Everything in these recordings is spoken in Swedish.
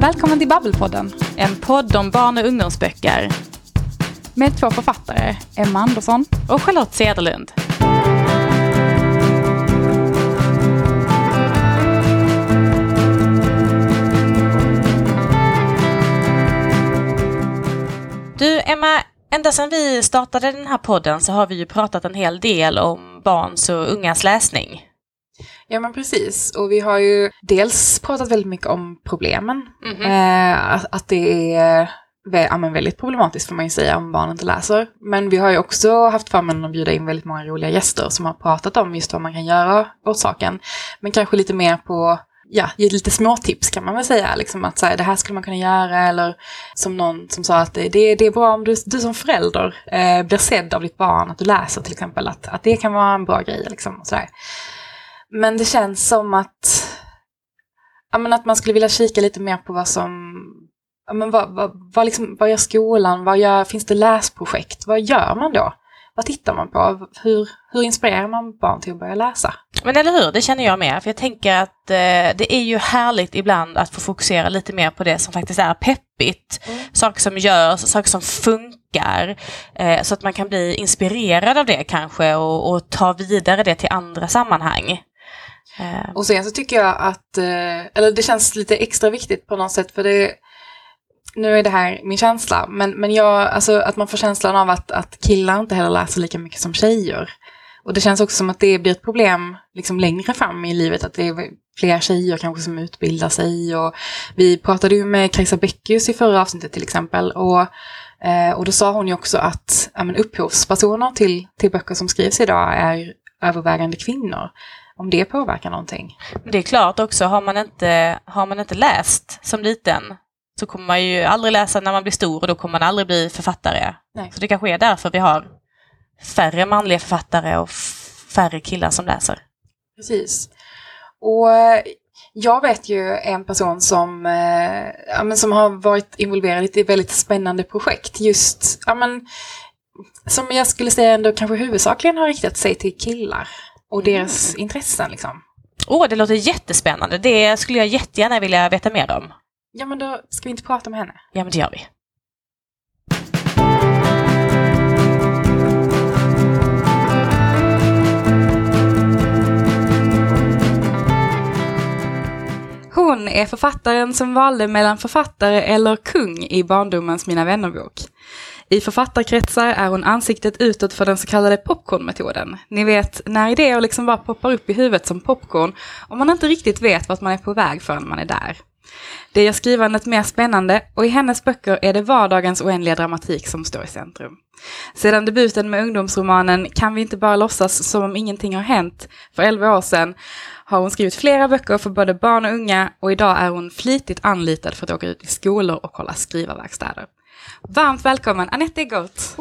Välkommen till Babbelpodden, en podd om barn- och ungdomsböcker. Med två författare, Emma Andersson och Charlotte Cederlund. Du Emma, ända sedan vi startade den här podden så har vi ju pratat en hel del om barns och ungas läsning. Ja men precis, och vi har ju dels pratat väldigt mycket om problemen. Att det är väldigt problematiskt får man ju säga om barn inte läser. Men vi har ju också haft förmånen att bjuda in väldigt många roliga gäster som har pratat om just vad man kan göra åt saken. Men kanske lite mer på, ge lite små tips kan man väl säga. Liksom att så här, det här skulle man kunna göra, eller som någon som sa att det är bra om du som förälder blir sedd av ditt barn, att du läser till exempel. Att det kan vara en bra grej liksom och sådär. Men det känns som att man skulle vilja kika lite mer på vad som, vad gör skolan, finns det läsprojekt, vad gör man då? Vad tittar man på? Hur inspirerar man barn till att börja läsa? Men eller hur, det känner jag med. För jag tänker att det är ju härligt ibland att få fokusera lite mer på det som faktiskt är peppigt. Saker som görs, saker som funkar. Så att man kan bli inspirerad av det kanske och ta vidare det till andra sammanhang. Och sen så tycker jag att, det känns lite extra viktigt på något sätt, för det, nu är det här min känsla, men att man får känslan av att killar inte heller läser lika mycket som tjejer. Och det känns också som att det blir ett problem liksom längre fram i livet, att det är fler tjejer kanske som utbildar sig. Och vi pratade ju med Kajsa Bäckius i förra avsnittet till exempel, och då sa hon ju också att upphovspersoner till böcker som skrivs idag är övervägande kvinnor. Om det påverkar någonting. Det är klart också, har man inte läst som liten så kommer man ju aldrig läsa när man blir stor, och då kommer man aldrig bli författare. Nej. Så det kanske är därför vi har färre manliga författare och färre killar som läser. Precis. Och jag vet ju en person som har varit involverad i ett väldigt spännande projekt. Just, som jag skulle säga ändå kanske huvudsakligen har riktat sig till killar och deras intressen liksom. Det låter jättespännande. Det skulle jag jättegärna vilja veta mer om. Ja, men då ska vi inte prata om henne. Ja, men det gör vi. Hon är författaren som valde mellan författare eller kung i barndomens Mina vännerbok. I författarkretsar är hon ansiktet utåt för den så kallade popcornmetoden. Ni vet, när idéer liksom bara poppar upp i huvudet som popcorn och man inte riktigt vet vart man är på väg förrän man är där. Det gör skrivandet mer spännande, och i hennes böcker är det vardagens oändliga dramatik som står i centrum. Sedan debuten med ungdomsromanen Kan vi inte bara låtsas som om ingenting har hänt för 11 år sedan har hon skrivit flera böcker för både barn och unga, och idag är hon flitigt anlitad för att åka ut i skolor och hålla skrivarverkstäder. Varmt välkommen Anette Eggert!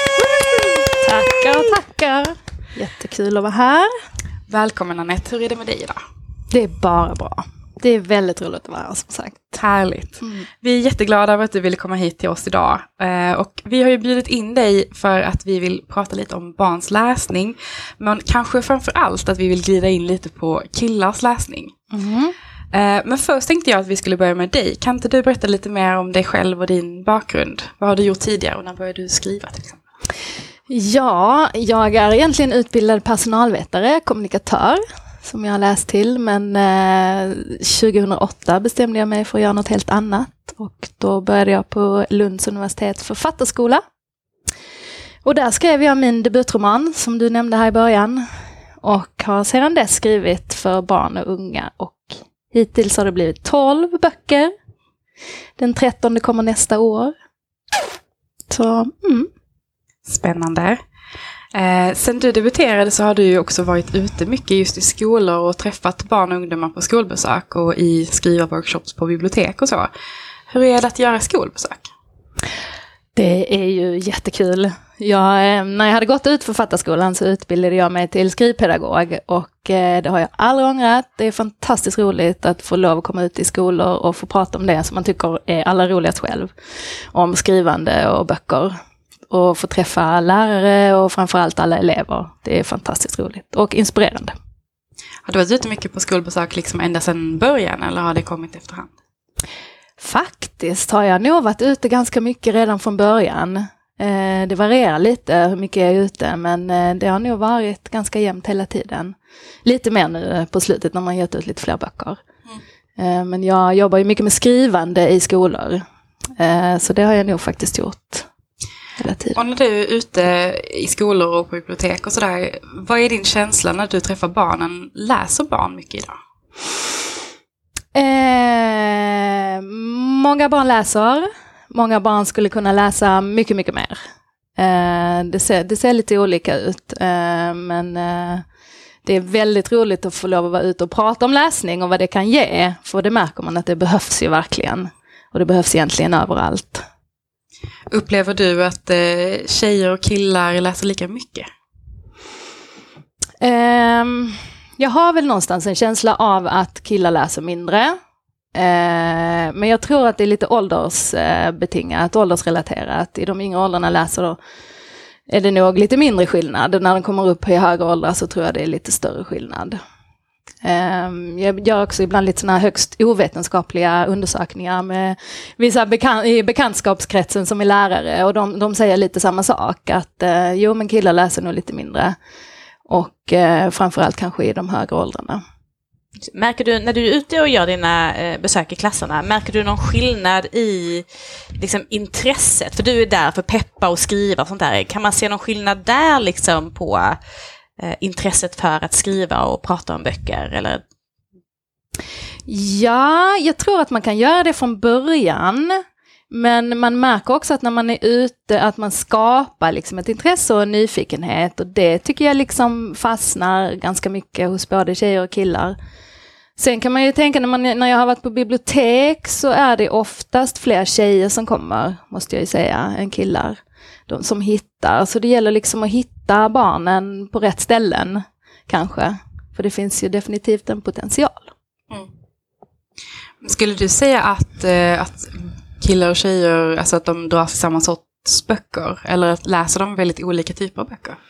Tackar. Jättekul att vara här. Välkommen Anette, hur är det med dig idag? Det är bara bra. Det är väldigt roligt att vara här som sagt. Härligt. Vi är jätteglada över att du ville komma hit till oss idag. Och vi har ju bjudit in dig för att vi vill prata lite om barns läsning. Men kanske framför allt att vi vill glida in lite på killars läsning. Men först tänkte jag att vi skulle börja med dig. Kan inte du berätta lite mer om dig själv och din bakgrund? Vad har du gjort tidigare och när började du skriva till exempel? Ja, jag är egentligen utbildad personalvetare, kommunikatör, som jag har läst till. Men 2008 bestämde jag mig för att göra något helt annat. Och då började jag på Lunds universitets författarskola. Och där skrev jag min debutroman som du nämnde här i början. Och har sedan dess skrivit för barn och unga. Och hittills har det blivit 12 böcker. Den 13 kommer nästa år. Så, Spännande. Sen du debuterade så har du ju också varit ute mycket just i skolor och träffat barn och ungdomar på skolbesök och i skrivarworkshops på bibliotek och så. Hur är det att göra skolbesök? Det är ju jättekul. När jag hade gått ut författarskolan så utbildade jag mig till skrivpedagog, och det har jag aldrig ångrat. Det är fantastiskt roligt att få lov att komma ut i skolor och få prata om det som man tycker är allra roligast själv. Om skrivande och böcker. Och få träffa lärare och framförallt alla elever. Det är fantastiskt roligt och inspirerande. Har du varit ute mycket på skolbesök liksom ända sedan början, eller har det kommit efterhand? Faktiskt har jag nog varit ute ganska mycket redan från början. Det varierar lite hur mycket jag är ute, men det har nog varit ganska jämnt hela tiden. Lite mer nu på slutet när man gett ut lite fler böcker. Men jag jobbar ju mycket med skrivande i skolor. Så det har jag nog faktiskt gjort hela tiden. Och när du är ute i skolor och på bibliotek och sådär, vad är din känsla när du träffar barnen? Läser barn mycket idag? Många barn läser. Många barn skulle kunna läsa mycket, mycket mer. Det ser lite olika ut. Men det är väldigt roligt att få lov att vara ute och prata om läsning och vad det kan ge. För det märker man att det behövs ju verkligen. Och det behövs egentligen överallt. Upplever du att tjejer och killar läser lika mycket? Jag har väl någonstans en känsla av att killar läser mindre. Men jag tror att det är lite åldersbetingat, åldersrelaterat. I de yngre åldrarna läser då är det nog lite mindre skillnad. När de kommer upp i högre åldrar så tror jag det är lite större skillnad. Jag gör också ibland lite såna högst ovetenskapliga undersökningar med vissa i bekantskapskretsen som är lärare, och de säger lite samma sak, att jo, men killar läser nog lite mindre, och framförallt kanske i de högre åldrarna. Märker du, när du är ute och gör dina besök i klasserna, märker du någon skillnad i liksom, intresset? För du är där för peppa och skriva och sånt där. Kan man se någon skillnad där liksom, på intresset för att skriva och prata om böcker? Eller? Ja, jag tror att man kan göra det från början. Men man märker också att när man är ute att man skapar liksom ett intresse och en nyfikenhet. Och det tycker jag liksom fastnar ganska mycket hos både tjejer och killar. Sen kan man ju tänka när jag har varit på bibliotek så är det oftast fler tjejer som kommer, måste jag ju säga, än killar. De som hittar. Så det gäller liksom att hitta barnen på rätt ställen kanske. För det finns ju definitivt en potential. Mm. Skulle du säga att killar och tjejer, alltså att de drar sig samma sorts böcker, eller att läser de väldigt olika typer av böcker?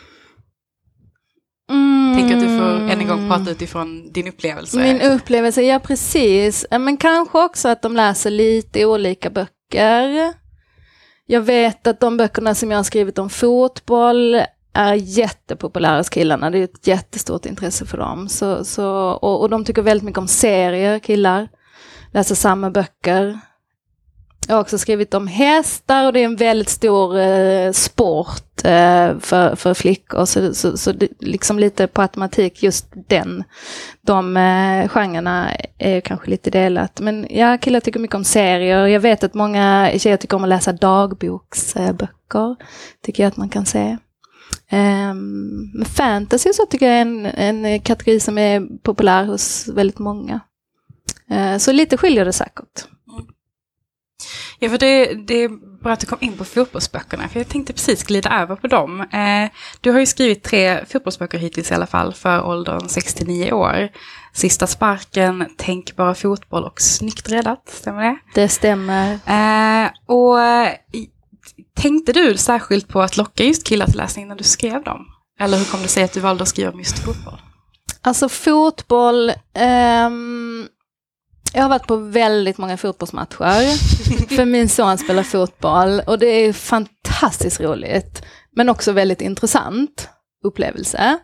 Tänker att du får än en gång prata utifrån din upplevelse. Min upplevelse, ja precis. Men kanske också att de läser lite olika böcker. Jag vet att de böckerna som jag har skrivit om fotboll är jättepopulära hos killarna. Det är ett jättestort intresse för dem. Och de tycker väldigt mycket om serier, killar. Läser samma böcker. Jag har också skrivit om hästar, och det är en väldigt stor sport för flickor. Så det, liksom lite på automatik just de genrerna är kanske lite delat. Men ja, killar tycker mycket om serier. Jag vet att många tjejer tycker om att läsa dagboksböcker. Tycker jag att man kan se. Men fantasy så tycker jag är en kategori som är populär hos väldigt många. Så lite skiljer det säkert. Ja, för det är bra att du kom in på fotbollsböckerna, för jag tänkte precis glida över på dem. Du har ju skrivit 3 fotbollsböcker hittills i alla fall för åldern 6-9 år. Sista sparken, Tänk bara fotboll och Snyggt räddat, stämmer det? Det stämmer. Och tänkte du särskilt på att locka just killar till läsning när du skrev dem? Eller hur kom det sig att du valde att skriva om just fotboll? Alltså fotboll... Jag har varit på väldigt många fotbollsmatcher, för min son spelar fotboll, och det är fantastiskt roligt, men också väldigt intressant upplevelse.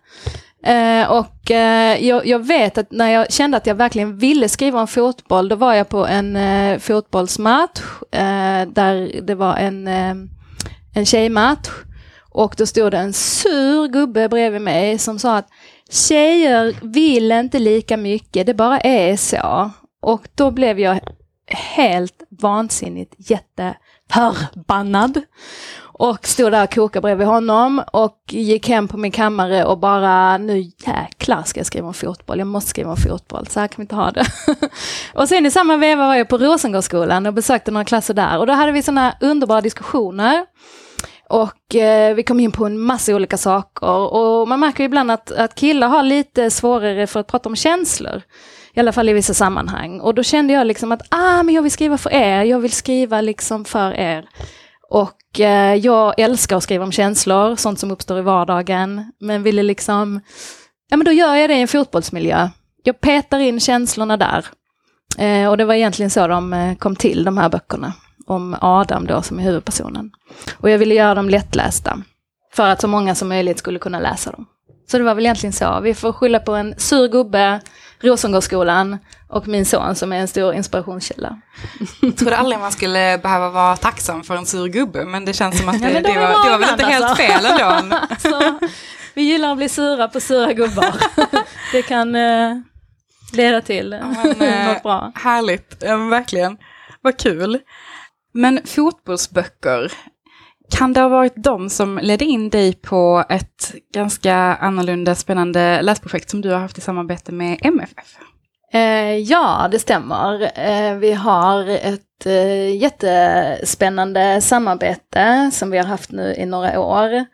Jag vet att när jag kände att jag verkligen ville skriva om fotboll, då var jag på en fotbollsmatch där det var en tjejmatch, och då stod det en sur gubbe bredvid mig som sa att tjejer vill inte lika mycket, det bara är så. Och då blev jag helt vansinnigt jätteförbannad. Och stod där och kokade bredvid honom och gick hem på min kammare och bara, nu jäklar ska jag skriva om fotboll. Jag måste skriva om fotboll, så här kan vi inte ha det. Och sen i samma veva var jag på Rosengårdsskolan och besökte några klasser där. Och då hade vi såna underbara diskussioner. Och vi kom in på en massa olika saker. Och man märker ju ibland att killar har lite svårare för att prata om känslor. I alla fall i vissa sammanhang. Och då kände jag liksom att men jag vill skriva för er. Jag vill skriva liksom för er. Och jag älskar att skriva om känslor. Sånt som uppstår i vardagen. Men ville liksom... Ja, men då gör jag det i en fotbollsmiljö. Jag petar in känslorna där. Och det var egentligen så de kom till, de här böckerna. Om Adam då som är huvudpersonen. Och jag ville göra dem lättlästa. För att så många som möjligt skulle kunna läsa dem. Så det var väl egentligen så. Vi får skylla på en sur gubbe, Rosengårdsskolan och min son som är en stor inspirationskälla. Jag trodde aldrig man skulle behöva vara tacksam för en sur gubbe, men det känns som att det var väl inte helt fel ändå. Alltså, vi gillar att bli sura på sura gubbar. Det kan leda till något bra. Härligt, verkligen. Vad kul. Men fotbollsböcker, kan det ha varit de som ledde in dig på ett ganska annorlunda spännande läsprojekt som du har haft i samarbete med MFF? Ja, det stämmer. Vi har ett jättespännande samarbete som vi har haft nu i några år.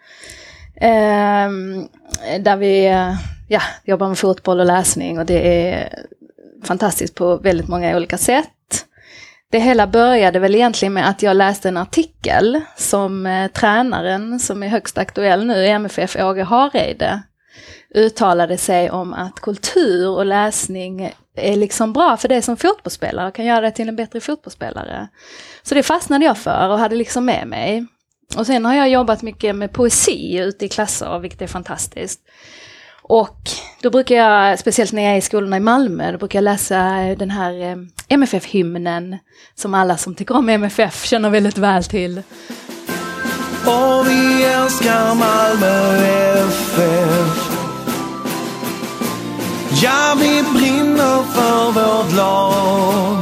Där vi jobbar med fotboll och läsning, och det är fantastiskt på väldigt många olika sätt. Det hela började väl egentligen med att jag läste en artikel som tränaren som är högst aktuell nu i MFF, Åge Hareide, uttalade sig om att kultur och läsning är liksom bra för det som fotbollsspelare och kan göra det till en bättre fotbollsspelare. Så det fastnade jag för och hade liksom med mig. Och sen har jag jobbat mycket med poesi ute i klasser, vilket är fantastiskt. Och då brukar jag, speciellt när jag är i skolorna i Malmö, då brukar jag läsa den här MFF-hymnen som alla som tycker om MFF känner väldigt väl till. Och vi älskar Malmö FF. Ja, vi brinner för vårt lag.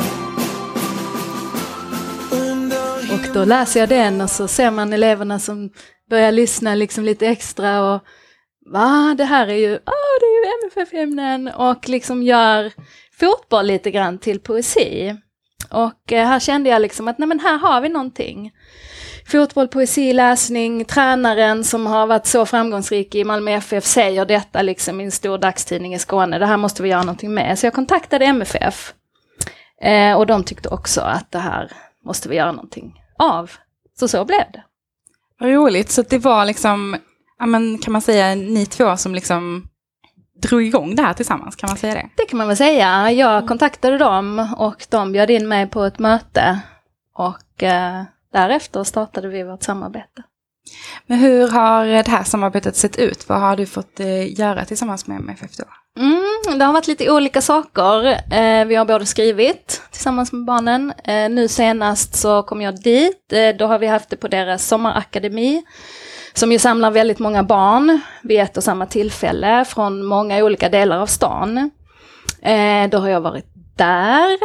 Och då läser jag den och så ser man eleverna som börjar lyssna liksom lite extra och det här är ju, det är ju MFF-hymnen, och liksom gör fotboll lite grann till poesi. Och här kände jag liksom att nej, men här har vi någonting. Fotboll, poesi, läsning, tränaren som har varit så framgångsrik i Malmö FF säger detta liksom i en stor dagstidning i Skåne. Det här måste vi göra någonting med. Så jag kontaktade MFF och de tyckte också att det här måste vi göra någonting av. Så blev det. Vad roligt, så det var liksom, kan man säga ni två som liksom drog igång det här tillsammans, kan man säga det? Det kan man väl säga. Jag kontaktade dem och de bjöd in mig på ett möte och därefter startade vi vårt samarbete. Men hur har det här samarbetet sett ut? Vad har du fått göra tillsammans med MFF då? Det har varit lite olika saker. Vi har både skrivit tillsammans med barnen. Nu senast så kom jag dit. Då har vi haft det på deras sommarakademi, som ju samlar väldigt många barn vid ett och samma tillfälle från många olika delar av stan. Då har jag varit där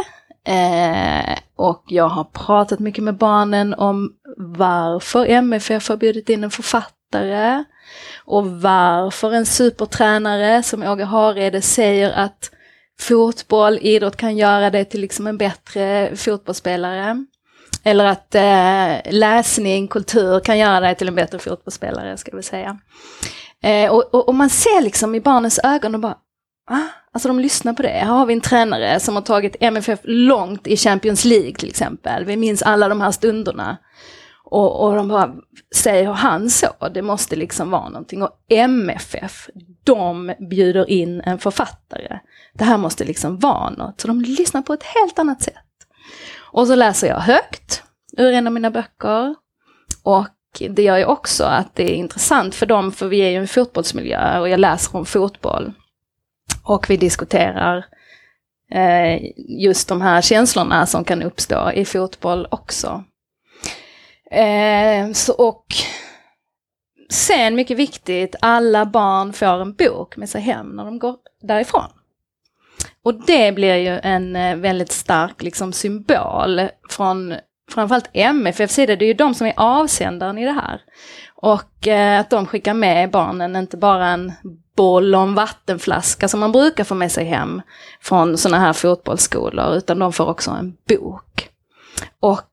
och jag har pratat mycket med barnen om varför MFF har bjudit in en författare och varför en supertränare som Åge Hareide säger att fotboll, idrott kan göra det till liksom en bättre fotbollsspelare. Eller att läsning, kultur kan göra det till en bättre fotbollsspelare, ska vi säga. Och man ser liksom i barnens ögon och bara, alltså de lyssnar på det. Här har vi en tränare som har tagit MFF långt i Champions League till exempel. Vi minns alla de här stunderna. Och de bara säger han så, det måste liksom vara någonting. Och MFF, de bjuder in en författare. Det här måste liksom vara något. Så de lyssnar på ett helt annat sätt. Och så läser jag högt ur en av mina böcker. Och det gör ju också att det är intressant för dem, för vi är ju en fotbollsmiljö och jag läser om fotboll. Och vi diskuterar just de här känslorna som kan uppstå i fotboll också. Och sen, mycket viktigt, alla barn får en bok med sig hem när de går därifrån. Och det blir ju en väldigt stark liksom symbol från framförallt MFF sida. Det är ju de som är avsändaren i det här. Och att de skickar med barnen inte bara en boll och en vattenflaska som man brukar få med sig hem från såna här fotbollsskolor, utan de får också en bok. Och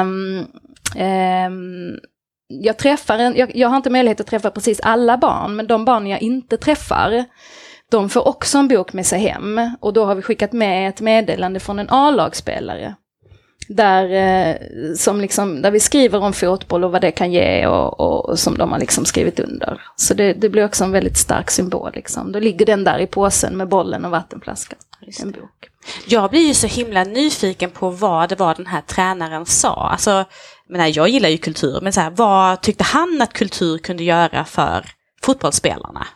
jag har inte möjlighet att träffa precis alla barn, men de barn jag inte träffar, de får också en bok med sig hem. Och då har vi skickat med ett meddelande från en A-lagsspelare där vi skriver om fotboll och vad det kan ge och som de har liksom skrivit under. Så det blir också en väldigt stark symbol. Liksom. Då ligger den där i påsen med bollen och vattenflaskan. En bok. Jag blir ju så himla nyfiken på vad det var den här tränaren sa. Alltså, jag gillar ju kultur, men så här, vad tyckte han att kultur kunde göra för fotbollsspelarna?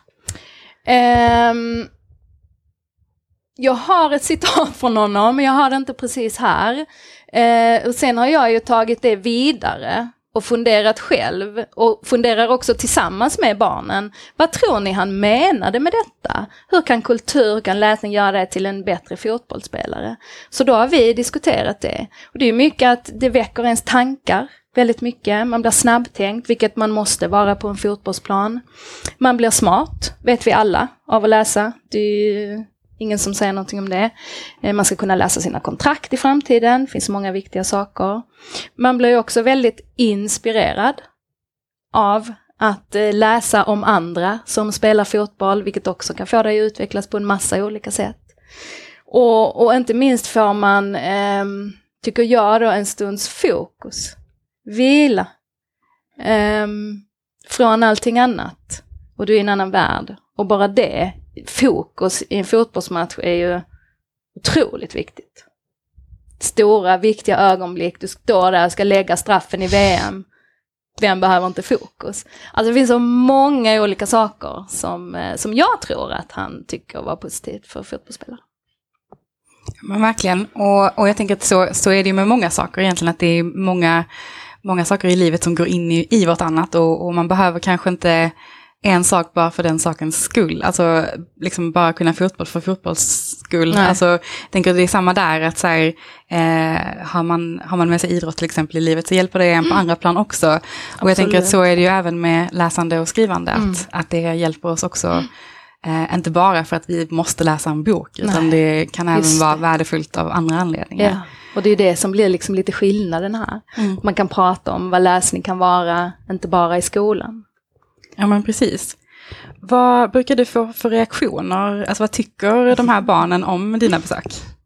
Jag har ett citat från honom, men jag har det inte precis här. Och sen har jag ju tagit det vidare och funderat själv och funderar också tillsammans med barnen. Vad tror ni han menade med detta? Hur kan läsning göra det till en bättre fotbollsspelare? Så då har vi diskuterat det. Och det är mycket att det väcker ens tankar väldigt mycket. Man blir snabbtänkt, vilket man måste vara på en fotbollsplan. Man blir smart, vet vi alla, av att läsa. Det är ju ingen som säger någonting om det. Man ska kunna läsa sina kontrakt i framtiden. Det finns många viktiga saker. Man blir ju också väldigt inspirerad av att läsa om andra som spelar fotboll, vilket också kan få dig att utvecklas på en massa olika sätt. Och inte minst får man, tycker jag då, en stunds fokus. Vila. Från allting annat. Och du är i en annan värld. Och bara det, fokus i en fotbollsmatch är ju otroligt viktigt. Stora, viktiga ögonblick. Du står där och ska lägga straffen i VM. Vem behöver inte fokus? Alltså det finns så många olika saker som jag tror att han tycker var positivt för fotbollsspelare. Men verkligen. Och jag tänker att så är det ju med många saker egentligen. Att det är många saker i livet som går in i vartannat. Och man behöver kanske inte en sak bara för den sakens skull. Alltså liksom bara kunna fotboll för fotbolls skull. Nej. Alltså jag tänker att det är samma där. Att så här, har man med sig idrott till exempel i livet så hjälper det en på andra plan också. Och Absolut. jag tänker att så är det ju även med läsande och skrivande. Att det hjälper oss också. Inte bara för att vi måste läsa en bok. Utan det kan även vara värdefullt av andra anledningar. Ja. Och det är det som blir liksom lite skillnaden här. Man kan prata om vad läsning kan vara, inte bara i skolan. Ja, men precis. Vad brukar du få för reaktioner? Alltså vad tycker de här barnen om dina besök?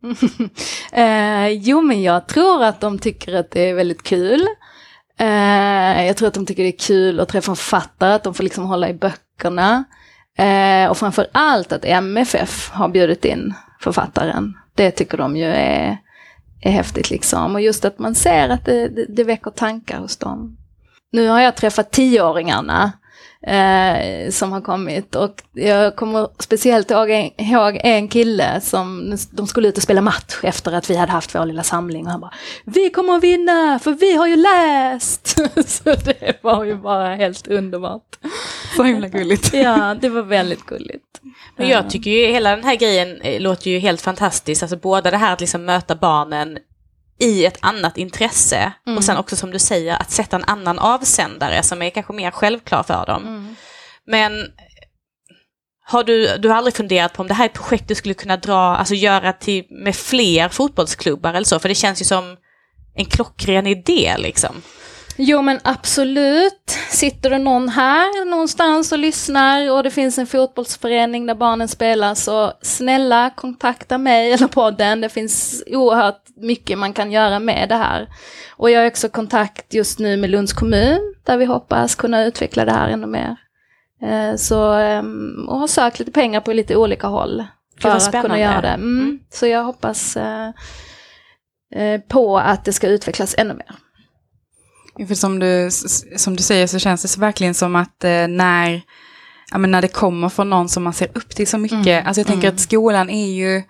Jo, men jag tror att de tycker att det är väldigt kul. Jag tror att de tycker det är kul att träffa författare, att de får liksom hålla i böckerna. Och framför allt att MFF har bjudit in författaren. Det tycker de ju är häftigt liksom. Och just att man ser att det väcker tankar hos dem. Nu har jag träffat 10-åringarna som har kommit, och jag kommer speciellt ihåg en kille som de skulle ut och spela match efter att vi hade haft vår lilla samling, och han bara, vi kommer att vinna för vi har ju läst. Så det var ju bara helt underbart. Så himla gulligt. Ja, det var väldigt gulligt. Men jag tycker ju hela den här grejen låter ju helt fantastiskt. Alltså både det här att liksom möta barnen i ett annat intresse och sen också som du säger att sätta en annan avsändare som är kanske mer självklar för dem. Men har du har aldrig funderat på om det här är ett projekt du skulle kunna göra med fler fotbollsklubbar eller så? För det känns ju som en klockren idé liksom. Jo, men absolut. Sitter det någon här någonstans och lyssnar och det finns en fotbollsförening där barnen spelar, så snälla kontakta mig eller podden. Det finns oerhört mycket man kan göra med det här. Och jag har också kontakt just nu med Lunds kommun där vi hoppas kunna utveckla det här ännu mer. Och har sökt lite pengar på lite olika håll för att kunna göra det. Så jag hoppas på att det ska utvecklas ännu mer. För som du säger så känns det så verkligen som att när det kommer från någon som man ser upp till så mycket. Alltså jag tänker att skolan är ju,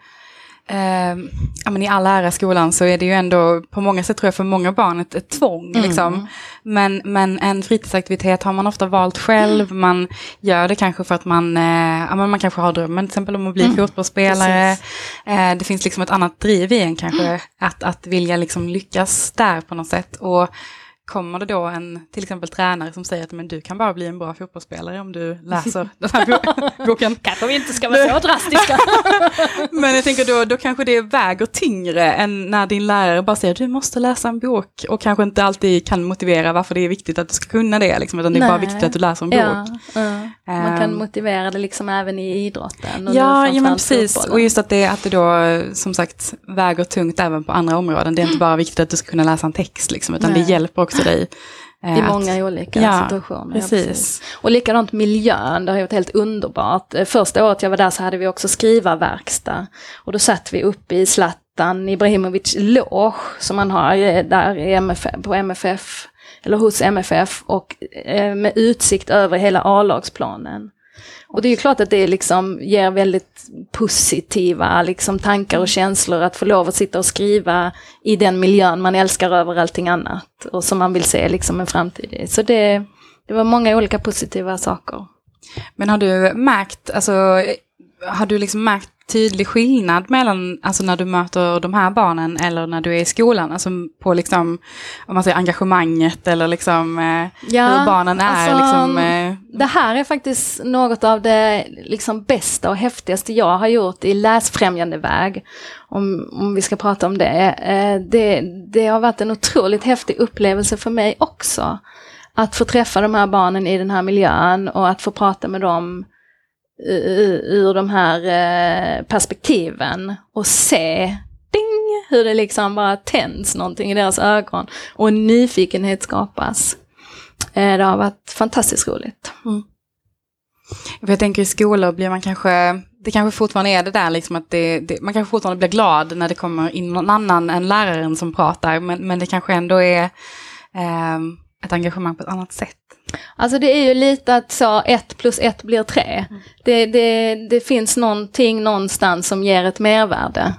i all ära skolan så är det ju ändå på många sätt tror jag för många barn ett tvång liksom. Men en fritidsaktivitet har man ofta valt själv. Man gör det kanske för att man kanske har drömmen till exempel om att bli fotbollsspelare. Det finns liksom ett annat driv i en kanske att vilja liksom lyckas där på något sätt. Och kommer det då till exempel tränare som säger att men du kan bara bli en bra fotbollsspelare om du läser den här boken. Kanske vi inte ska vara så drastiska. Men jag tänker då kanske det väger tyngre än när din lärare bara säger du måste läsa en bok och kanske inte alltid kan motivera varför det är viktigt att du ska kunna det. Liksom, utan det är bara viktigt att du läser en bok. Man kan motivera det liksom även i idrotten. Och ja men precis. Fotbollen. Och just att det då som sagt väger tungt även på andra områden. Det är inte bara viktigt att du ska kunna läsa en text liksom, utan det hjälper också dig. I många olika situationer. Precis. Och likadant miljön, det har varit helt underbart. Första året jag var där så hade vi också skrivarverkstad. Och då satt vi uppe i Zlatan Ibrahimovic loge som man har där i på MFF. Eller hos MFF och med utsikt över hela A-lagsplanen. Och det är ju klart att det liksom ger väldigt positiva liksom tankar och känslor att få lov att sitta och skriva i den miljön man älskar över allting annat och som man vill se liksom en framtid i. Så det var många olika positiva saker. Men har du liksom märkt tydlig skillnad mellan alltså när du möter de här barnen eller när du är i skolan, alltså på liksom om man säger engagemanget eller liksom hur barnen är alltså, liksom det här är faktiskt något av det liksom bästa och häftigaste jag har gjort i läsfrämjande väg, om vi ska prata om det. Det har varit en otroligt häftig upplevelse för mig också att få träffa de här barnen i den här miljön och att få prata med dem ur de här perspektiven och se hur det liksom bara tänds någonting i deras ögon och en nyfikenhet skapas. Det har varit fantastiskt roligt. För jag tänker i skolor blir man det kanske fortfarande är det där liksom att man kanske fortfarande blir glad när det kommer in någon annan än läraren som pratar, men det kanske ändå är ett engagemang på ett annat sätt. Alltså det är ju lite att så 1 + 1 blir 3. Det finns någonting någonstans som ger ett mervärde.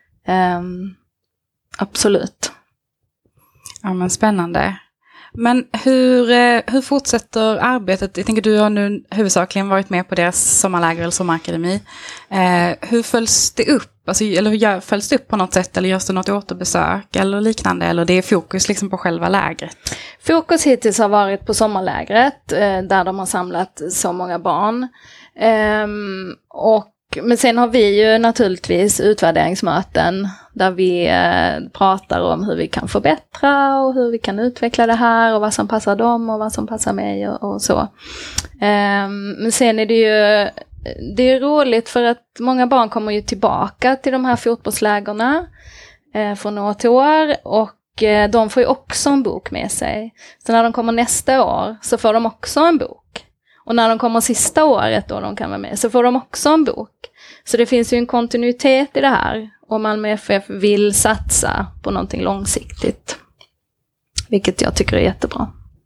Absolut. Ja men spännande. Men hur fortsätter arbetet? Jag tänker du har nu huvudsakligen varit med på deras sommarläger eller sommarakademi. Hur följs det upp? Alltså, eller följs det upp på något sätt eller görs det något återbesök eller liknande? Eller det är fokus liksom på själva lägret? Fokus hittills har varit på sommarlägret där de har samlat så många barn. Men sen har vi ju naturligtvis utvärderingsmöten där vi pratar om hur vi kan förbättra och hur vi kan utveckla det här och vad som passar dem och vad som passar mig och så. Men sen är det är roligt för att många barn kommer ju tillbaka till de här fotbollslägerna från år till år och de får ju också en bok med sig. Så när de kommer nästa år så får de också en bok. Och när de kommer sista året då de kan vara med så får de också en bok. Så det finns ju en kontinuitet i det här. Och Malmö FF vill satsa på någonting långsiktigt. Vilket jag tycker är jättebra.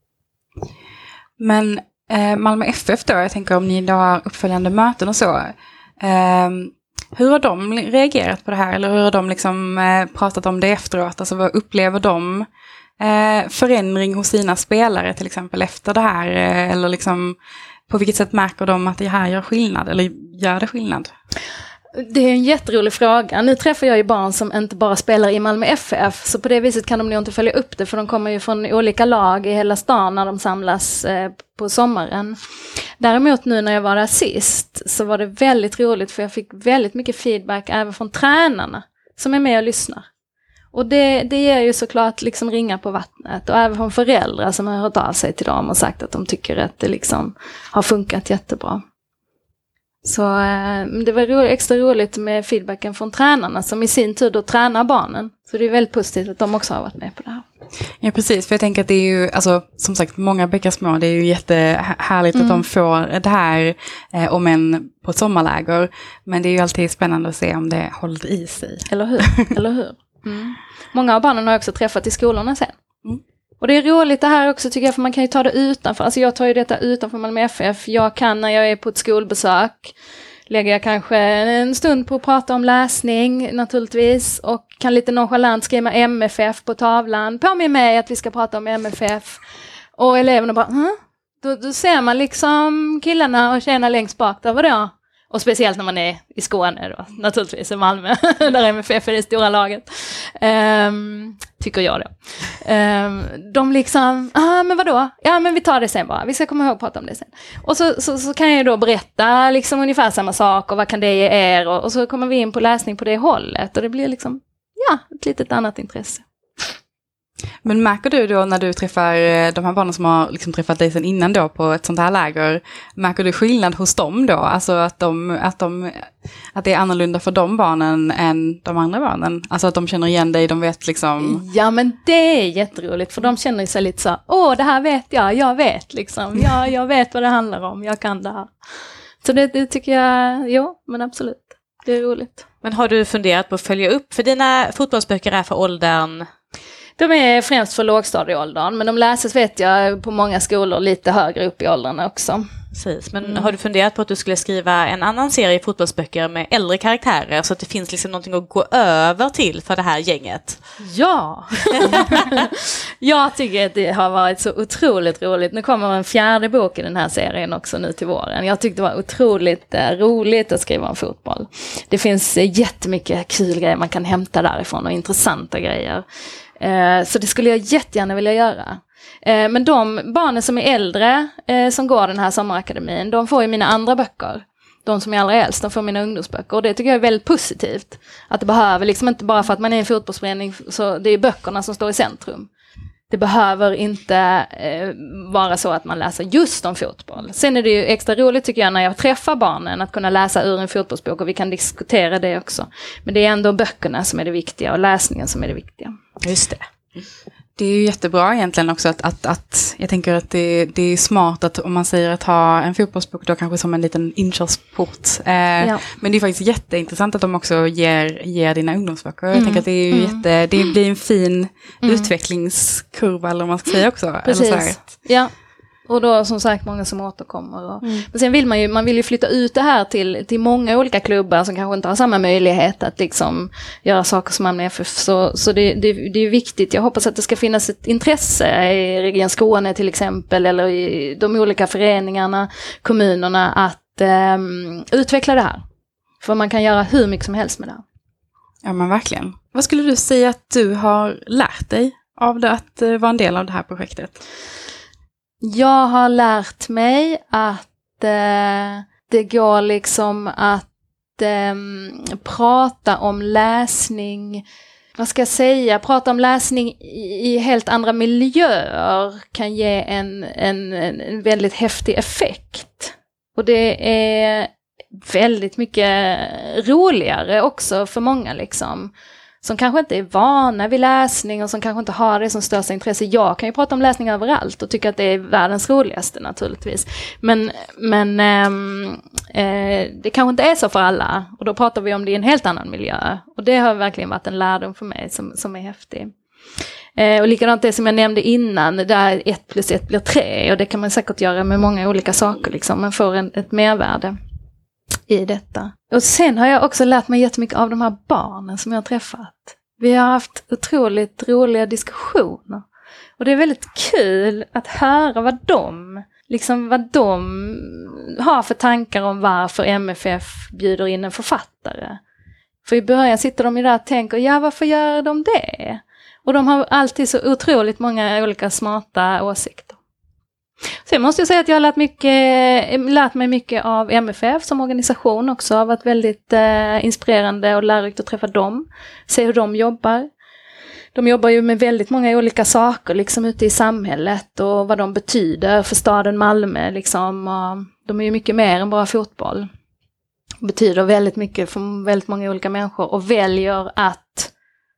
Men Malmö FF då, jag tänker om ni då har uppföljande möten och så. Hur har de reagerat på det här? Eller hur har de liksom pratat om det efteråt? Alltså vad upplever de förändring hos sina spelare till exempel efter det här? Eller liksom på vilket sätt märker de att det här gör skillnad? Eller gör det skillnad? Det är en jätterolig fråga. Nu träffar jag ju barn som inte bara spelar i Malmö FF. Så på det viset kan de nog inte följa upp det. För de kommer ju från olika lag i hela stan när de samlas på sommaren. Däremot nu när jag var där sist så var det väldigt roligt. För jag fick väldigt mycket feedback även från tränarna som är med och lyssnar. Och det ger ju såklart liksom ringar på vattnet. Och även från föräldrar som har hört av sig till dem och sagt att de tycker att det liksom har funkat jättebra. Så det var extra roligt med feedbacken från tränarna som i sin tur då tränar barnen. Så det är väldigt positivt att de också har varit med på det här. Ja precis, för jag tänker att det är ju, alltså, som sagt, många bäckar små, det är ju jättehärligt att de får det här om en på ett sommarläger. Men det är ju alltid spännande att se om det håller i sig. Eller hur? Eller hur? Mm. Många av barnen har också träffat i skolorna sen. Mm. Och det är roligt det här också tycker jag, för man kan ju ta det utanför. Alltså jag tar ju detta utanför Malmö FF. Jag kan när jag är på ett skolbesök lägger jag kanske en stund på att prata om läsning naturligtvis. Och kan lite nonchalant skriva MFF på tavlan. Påminn mig att vi ska prata om MFF. Och eleverna bara, då ser man liksom killarna och tjejerna längst bak där, vadå? Och speciellt när man är i Skåne då, naturligtvis i Malmö, där MFF är det stora laget. Tycker jag då. De liksom, men vadå? Ja, men vi tar det sen bara. Vi ska komma ihåg att prata om det sen. Och så kan jag då berätta liksom ungefär samma sak och vad kan det ge er? Och så kommer vi in på läsning på det hållet och det blir liksom, ett litet annat intresse. Men märker du då när du träffar de här barnen som har liksom träffat dig sedan innan då på ett sånt här läger, märker du skillnad hos dem då? Alltså att det är annorlunda för de barnen än de andra barnen? Alltså att de känner igen dig, de vet liksom... Ja, men det är jätteroligt för de känner sig lite så, det här vet jag vet liksom. Jag vet vad det handlar om, jag kan det här. Så det tycker jag, men absolut, det är roligt. Men har du funderat på att följa upp? För dina fotbollsböcker är för åldern... De är främst för lågstadieåldern, men de läses vet jag på många skolor lite högre upp i åldrarna också. Precis, men har du funderat på att du skulle skriva en annan serie fotbollsböcker med äldre karaktärer så att det finns liksom någonting att gå över till för det här gänget? Ja! Jag tycker att det har varit så otroligt roligt. Nu kommer en 4:e bok i den här serien också nu till våren. Jag tyckte det var otroligt roligt att skriva om fotboll. Det finns jättemycket kul grejer man kan hämta därifrån och intressanta grejer. Så det skulle jag jättegärna vilja göra. Men de barnen som är äldre som går den här sommarakademin, de får ju mina andra böcker. De som är allra äldst, de får mina ungdomsböcker. Och det tycker jag är väldigt positivt. Att det behöver liksom inte bara för att man är i en fotbollsförening, så det är böckerna som står i centrum. Det behöver inte vara så att man läser just om fotboll. Sen är det ju extra roligt tycker jag när jag träffar barnen att kunna läsa ur en fotbollsbok och vi kan diskutera det också. Men det är ändå böckerna som är det viktiga och läsningen som är det viktiga. Just det. Det är ju jättebra egentligen också att jag tänker att det är smart att om man säger att ha en fotbollsbok då kanske som en liten inkörsport. Men det är faktiskt jätteintressant att de också ger dina ungdomsböcker. Jag tänker att det är ju det blir en fin utvecklingskurva eller vad man ska säga också. Precis, eller så här. ja. Och då som sagt många som återkommer. Men sen vill man vill ju flytta ut det här till många olika klubbar som kanske inte har samma möjlighet att liksom göra saker som man med FF. Så det är viktigt. Jag hoppas att det ska finnas ett intresse i Region Skåne till exempel eller i de olika föreningarna, kommunerna att utveckla det här. För man kan göra hur mycket som helst med det här. Ja men verkligen. Vad skulle du säga att du har lärt dig av det att vara en del av det här projektet? Jag har lärt mig att det går liksom att prata om läsning, vad ska jag säga, prata om läsning i helt andra miljöer kan ge en väldigt häftig effekt. Och det är väldigt mycket roligare också för många liksom. Som kanske inte är vana vid läsning och som kanske inte har det som största intresse. Jag kan ju prata om läsning överallt och tycka att det är världens roligaste naturligtvis. Men det kanske inte är så för alla. Och då pratar vi om det i en helt annan miljö. Och det har verkligen varit en lärdom för mig som är häftig. Och likadant det som jag nämnde innan, där 1 + 1 blir 3. Och det kan man säkert göra med många olika saker. Liksom. Man får ett mervärde i detta. Och sen har jag också lärt mig jättemycket av de här barnen som jag har träffat. Vi har haft otroligt roliga diskussioner. Och det är väldigt kul att höra vad de har för tankar om varför MFF bjuder in en författare. För i början sitter de ju där och tänker, varför gör de det? Och de har alltid så otroligt många olika smarta åsikter. Sen måste jag säga att jag har lärt mig mycket av MFF som organisation också. Det har varit väldigt inspirerande och lärorikt att träffa dem. Se hur de jobbar. De jobbar ju med väldigt många olika saker liksom ute i samhället och vad de betyder för staden Malmö. Liksom. Och de är ju mycket mer än bara fotboll. De betyder väldigt mycket för väldigt många olika människor och väljer att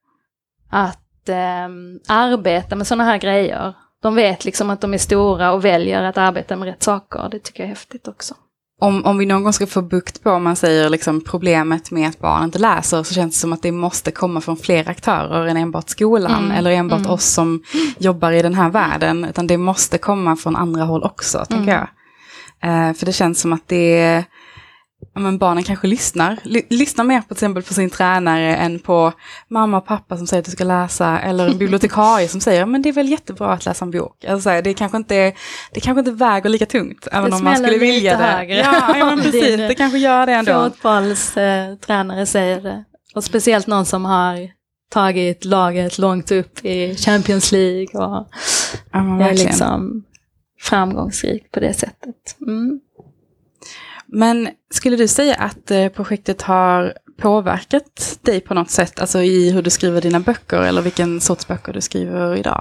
arbeta med sådana här grejer. De vet liksom att de är stora och väljer att arbeta med rätt saker. Det tycker jag är häftigt också. Om vi någon gång ska få bukt på, om man säger liksom problemet med att barn inte läser, så känns det som att det måste komma från fler aktörer än enbart skolan eller enbart oss som jobbar i den här världen. Utan det måste komma från andra håll också, tänker jag. För det känns som att det men barnen kanske lyssnar mer på till exempel på sin tränare än på mamma och pappa som säger att du ska läsa, eller en bibliotekarie som säger men det är väl jättebra att läsa en bok. Alltså, det kanske inte väger lika tungt även om man skulle vilja det. Högre. Ja, men precis, det kanske gör det ändå. Fotbollstränare säger det. Och speciellt någon som har tagit laget långt upp i Champions League och är liksom framgångsrik på det sättet. Mm. Men skulle du säga att projektet har påverkat dig på något sätt, alltså i hur du skriver dina böcker eller vilken sorts böcker du skriver idag?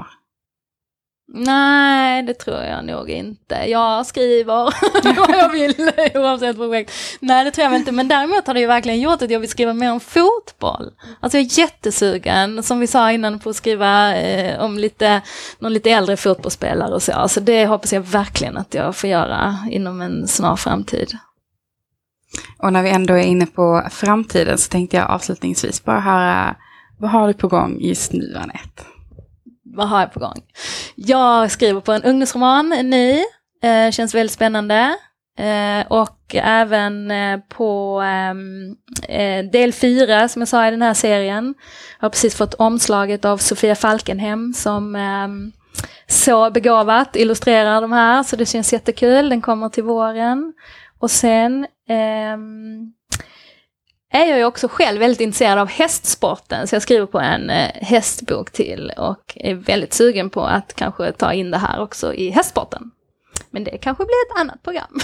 Nej, det tror jag nog inte. Jag skriver vad jag vill oavsett projekt. Nej, det tror jag inte. Men däremot har det ju verkligen gjort att jag vill skriva mer om fotboll. Alltså jag är jättesugen, som vi sa innan, på att skriva om någon lite äldre fotbollsspelare och så. Alltså det hoppas jag verkligen att jag får göra inom en snar framtid. Och när vi ändå är inne på framtiden så tänkte jag avslutningsvis bara höra, vad har du på gång just nu, Anette? Vad har jag på gång? Jag skriver på en ungdomsroman, en ny. Känns väldigt spännande. Och även på del 4 som jag sa i den här serien. Jag har precis fått omslaget av Sofia Falkenhem som så begåvat illustrerar de här. Så det känns jättekul. Den kommer till våren. Och sen är jag ju också själv väldigt intresserad av hästsporten, så jag skriver på en hästbok till och är väldigt sugen på att kanske ta in det här också i hästsporten. Men det kanske blir ett annat program.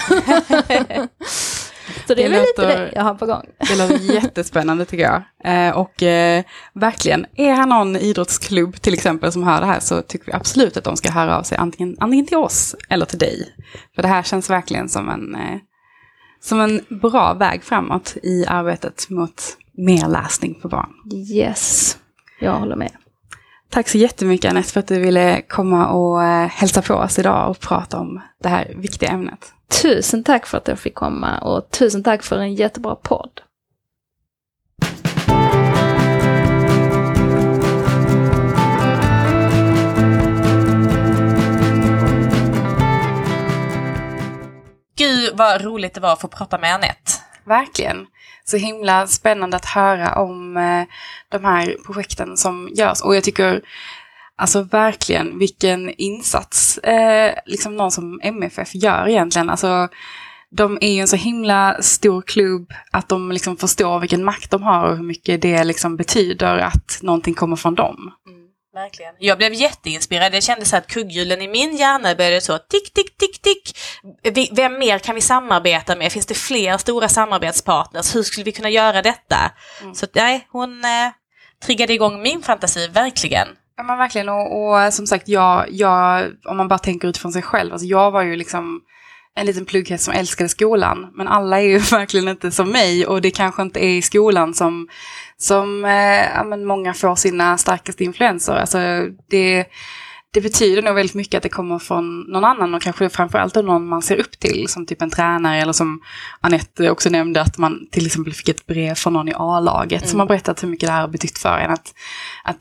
Så det är väl lite det jag har på gång. Det låter jättespännande tycker jag. Och verkligen, är här någon idrottsklubb till exempel som hör det här, så tycker vi absolut att de ska höra av sig antingen till oss eller till dig. För det här känns verkligen som en bra väg framåt i arbetet mot mer läsning för barn. Yes, jag håller med. Tack så jättemycket, Anette, för att du ville komma och hälsa på oss idag och prata om det här viktiga ämnet. Tusen tack för att jag fick komma och tusen tack för en jättebra podd. Gud vad roligt det var att få prata med Anette. Verkligen. Så himla spännande att höra om de här projekten som görs. Och jag tycker alltså verkligen vilken insats liksom någon som MFF gör egentligen. Alltså de är ju en så himla stor klubb att de liksom förstår vilken makt de har och hur mycket det liksom betyder att någonting kommer från dem. Verkligen. Jag blev jätteinspirerad. Jag kände så att kugghjulen i min hjärna började så tick, tick, tick, tick. Vem mer kan vi samarbeta med? Finns det fler stora samarbetspartners? Hur skulle vi kunna göra detta? Så nej, hon triggade igång min fantasi, verkligen. Ja, men verkligen. Och som sagt, jag, om man bara tänker utifrån sig själv. Alltså jag var ju liksom en liten plugghäst som älskade skolan. Men alla är ju verkligen inte som mig. Och det kanske inte är i skolan som men många får sina starkaste influenser. Alltså det betyder nog väldigt mycket att det kommer från någon annan och kanske framförallt någon man ser upp till, som typ en tränare, eller som Anette också nämnde, att man till exempel fick ett brev från någon i A-laget som har berättat hur mycket det här har betytt för en. Att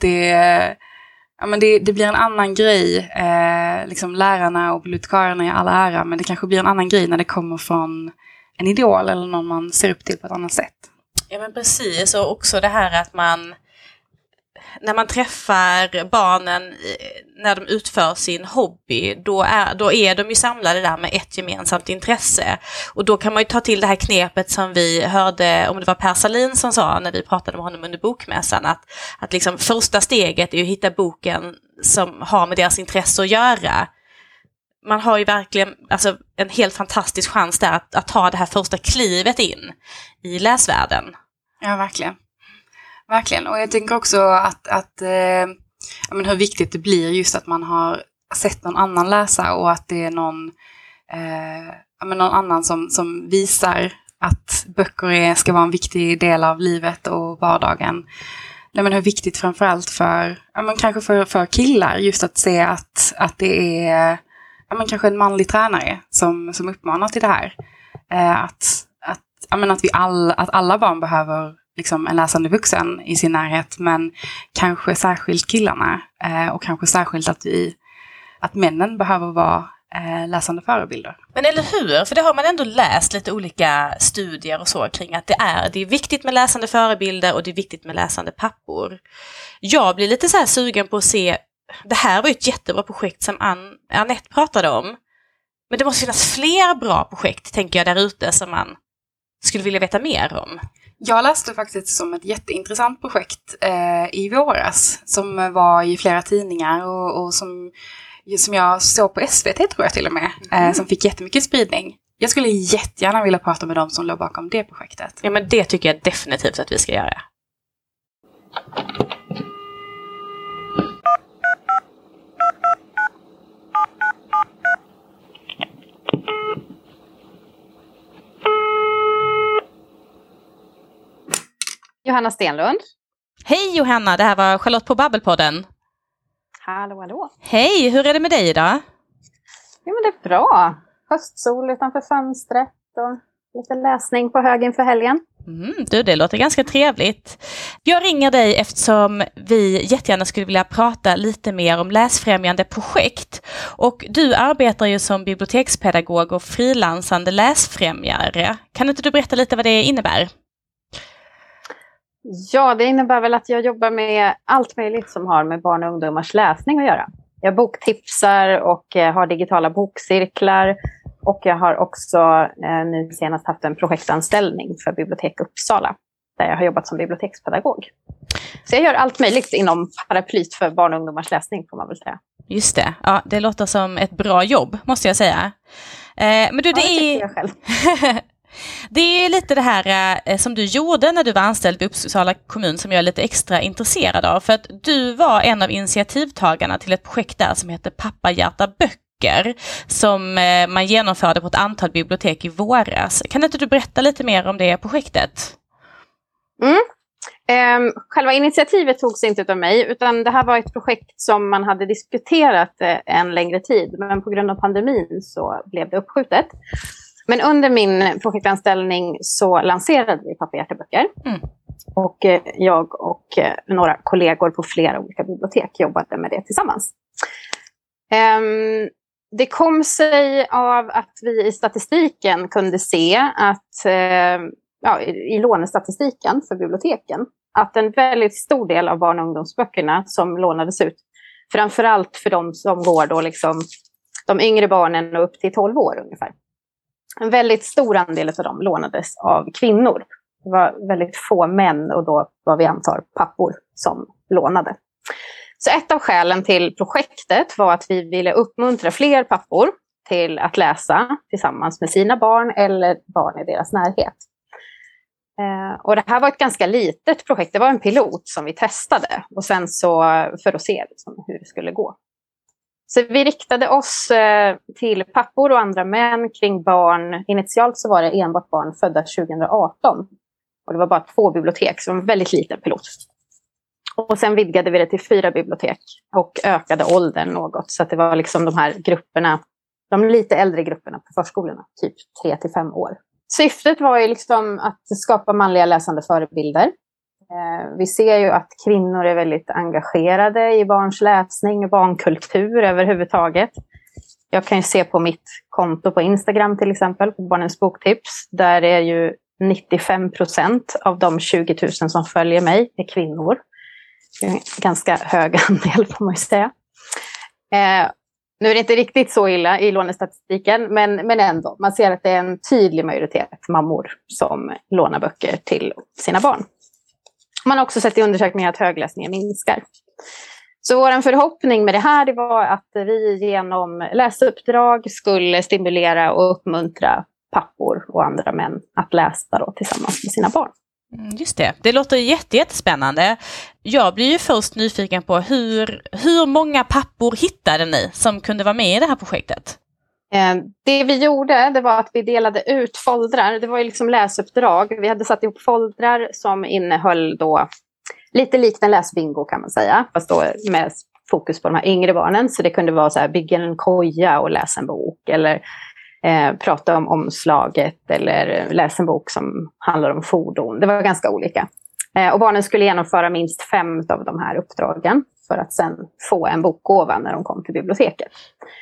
det blir en annan grej, liksom lärarna och bibliotekarierna i all ära, men det kanske blir en annan grej när det kommer från en idol eller någon man ser upp till på ett annat sätt. Ja, men precis, och också det här att när man träffar barnen när de utför sin hobby, då är de ju samlade där med ett gemensamt intresse. Och då kan man ju ta till det här knepet som vi hörde, om det var Per Salin som sa när vi pratade med honom under bokmässan, att liksom första steget är att hitta boken som har med deras intresse att göra. Man har ju verkligen alltså en helt fantastisk chans där att ta det här första klivet in i läsvärlden. Ja, verkligen. Verkligen. Och jag tänker också att hur viktigt det blir just att man har sett någon annan läsa och att det är någon annan som visar att böcker ska vara en viktig del av livet och vardagen. Men hur viktigt framförallt kanske för killar just att se att det är kanske en manlig tränare som uppmanar till det här. Att alla barn behöver liksom en läsande vuxen i sin närhet, men kanske särskilt killarna och kanske särskilt att männen behöver vara läsande förebilder. Men eller hur? För det har man ändå läst lite olika studier och så kring att det är viktigt med läsande förebilder och det är viktigt med läsande pappor. Jag blir lite så här sugen på att se, det här var ju ett jättebra projekt som Anette pratade om. Men det måste finnas fler bra projekt, tänker jag, där ute som man skulle vilja veta mer om. Jag läste faktiskt som ett jätteintressant projekt i våras som var i flera tidningar och som jag såg på SVT tror jag till och med, som fick jättemycket spridning. Jag skulle jättegärna vilja prata med dem som låg bakom det projektet. Ja, men det tycker jag definitivt att vi ska göra. Johanna Stenlund. Hej Johanna, det här var Charlotte på Babbelpodden. Hallå. Hej, hur är det med dig idag? Jo, men det är bra. Höstsol utanför fönstret och lite läsning på hög inför helgen. Det låter ganska trevligt. Jag ringer dig eftersom vi jättegärna skulle vilja prata lite mer om läsfrämjande projekt. Och du arbetar ju som bibliotekspedagog och frilansande läsfrämjare. Kan inte du berätta lite vad det innebär? Ja, det innebär väl att jag jobbar med allt möjligt som har med barn och ungdomars läsning att göra. Jag boktipsar och har digitala bokcirklar. Och jag har också nu senast haft en projektanställning för Bibliotek Uppsala. Där jag har jobbat som bibliotekspedagog. Så jag gör allt möjligt inom paraplyt för barn och ungdomars läsning får man väl säga. Just det, ja, det låter som ett bra jobb måste jag säga. Men du, det tycker jag själv. Det är lite det här som du gjorde när du var anställd vid Uppsala kommun som jag är lite extra intresserad av. För att du var en av initiativtagarna till ett projekt där som heter Pappa hjärta böcker som man genomförde på ett antal bibliotek i våras. Kan inte du berätta lite mer om det projektet? Själva initiativet togs inte av mig utan det här var ett projekt som man hade diskuterat en längre tid. Men på grund av pandemin så blev det uppskjutet. Men under min projektanställning så lanserade vi Pappa hjärta-böcker. Och jag och några kollegor på flera olika bibliotek jobbade med det tillsammans. Det kom sig av att vi i statistiken kunde se att i lånestatistiken för biblioteken att en väldigt stor del av barn- och ungdomsböckerna som lånades ut, framförallt för de som går då liksom de yngre barnen och upp till 12 år ungefär. En väldigt stor andel av dem lånades av kvinnor. Det var väldigt få män och då vad vi antar pappor som lånade. Så ett av skälen till projektet var att vi ville uppmuntra fler pappor till att läsa tillsammans med sina barn eller barn i deras närhet. Och det här var ett ganska litet projekt. Det var en pilot som vi testade och sen så för att se liksom hur det skulle gå. Så vi riktade oss till pappor och andra män kring barn. Initialt så var det enbart barn födda 2018. Och det var bara 2 bibliotek, så det var en väldigt liten pilot. Och sen vidgade vi det till 4 bibliotek och ökade åldern något. Så att det var liksom de här grupperna, de lite äldre grupperna på förskolorna, typ 3-5 år. Syftet var ju liksom att skapa manliga läsande förebilder. Vi ser ju att kvinnor är väldigt engagerade i barns läsning och barnkultur överhuvudtaget. Jag kan ju se på mitt konto på Instagram till exempel, på Barnens boktips. Där är ju 95% av de 20 000 som följer mig är kvinnor. Det är en ganska hög andel får man ju säga. Nu är det inte riktigt så illa i lånestatistiken, men ändå. Man ser att det är en tydlig majoritet mammor som lånar böcker till sina barn. Man har också sett i undersökningar att högläsningen minskar. Så vår förhoppning med det här det var att vi genom läsuppdrag skulle stimulera och uppmuntra pappor och andra män att läsa då tillsammans med sina barn. Just det, det låter jättespännande. Jag blir ju först nyfiken på hur många pappor hittade ni som kunde vara med i det här projektet? Det vi gjorde det var att vi delade ut foldrar. Det var ju liksom läsuppdrag. Vi hade satt ihop foldrar som innehöll då lite likt en läsbingo kan man säga. Fast då med fokus på de här yngre barnen. Så det kunde vara så här, bygga en koja och läsa en bok. Eller prata om omslaget. Eller läsa en bok som handlar om fordon. Det var ganska olika. Och barnen skulle genomföra minst 5 av de här uppdragen. För att sen få en bokgåva när de kom till biblioteket.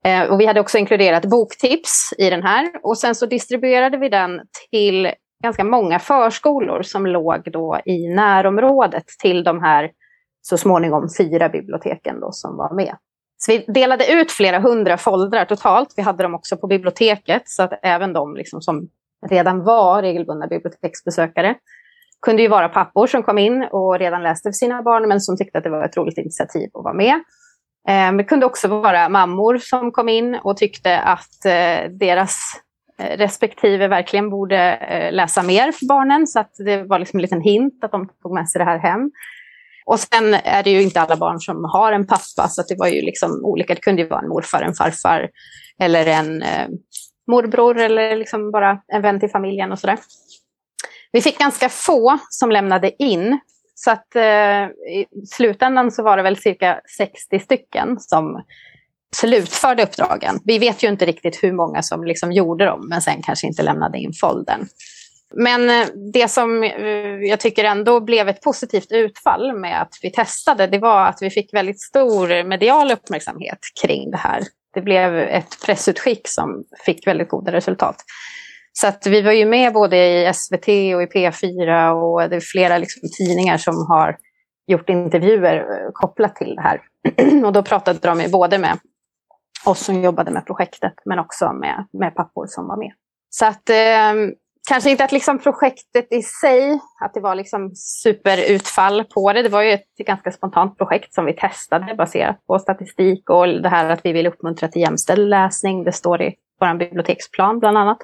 Och vi hade också inkluderat boktips i den här. Och sen så distribuerade vi den till ganska många förskolor som låg då i närområdet till de här så småningom 4 biblioteken då som var med. Så vi delade ut flera 100 foldrar totalt. Vi hade dem också på biblioteket så att även de liksom som redan var regelbundna biblioteksbesökare kunde ju vara pappor som kom in och redan läste för sina barn men som tyckte att det var ett roligt initiativ att vara med. Det kunde också vara mammor som kom in och tyckte att deras respektive verkligen borde läsa mer för barnen så att det var liksom en liten hint att de tog med sig det här hem. Och sen är det ju inte alla barn som har en pappa så att det var ju liksom olika. Det kunde ju vara en morfar, en farfar eller en morbror eller liksom bara en vän till familjen och sådär. Vi fick ganska få som lämnade in så att i slutändan så var det väl cirka 60 stycken som slutförde uppdragen. Vi vet ju inte riktigt hur många som liksom gjorde dem men sen kanske inte lämnade in foldern. Men det som jag tycker ändå blev ett positivt utfall med att vi testade, det var att vi fick väldigt stor medial uppmärksamhet kring det här. Det blev ett pressutskick som fick väldigt goda resultat. Så att vi var ju med både i SVT och i P4 och det är flera liksom tidningar som har gjort intervjuer kopplat till det här. Och då pratade de både med oss som jobbade med projektet men också med pappor som var med. Så att kanske inte att liksom projektet i sig, att det var liksom superutfall på det. Det var ju ett ganska spontant projekt som vi testade baserat på statistik och det här att vi vill uppmuntra till jämställd läsning. Det står i vår biblioteksplan bland annat.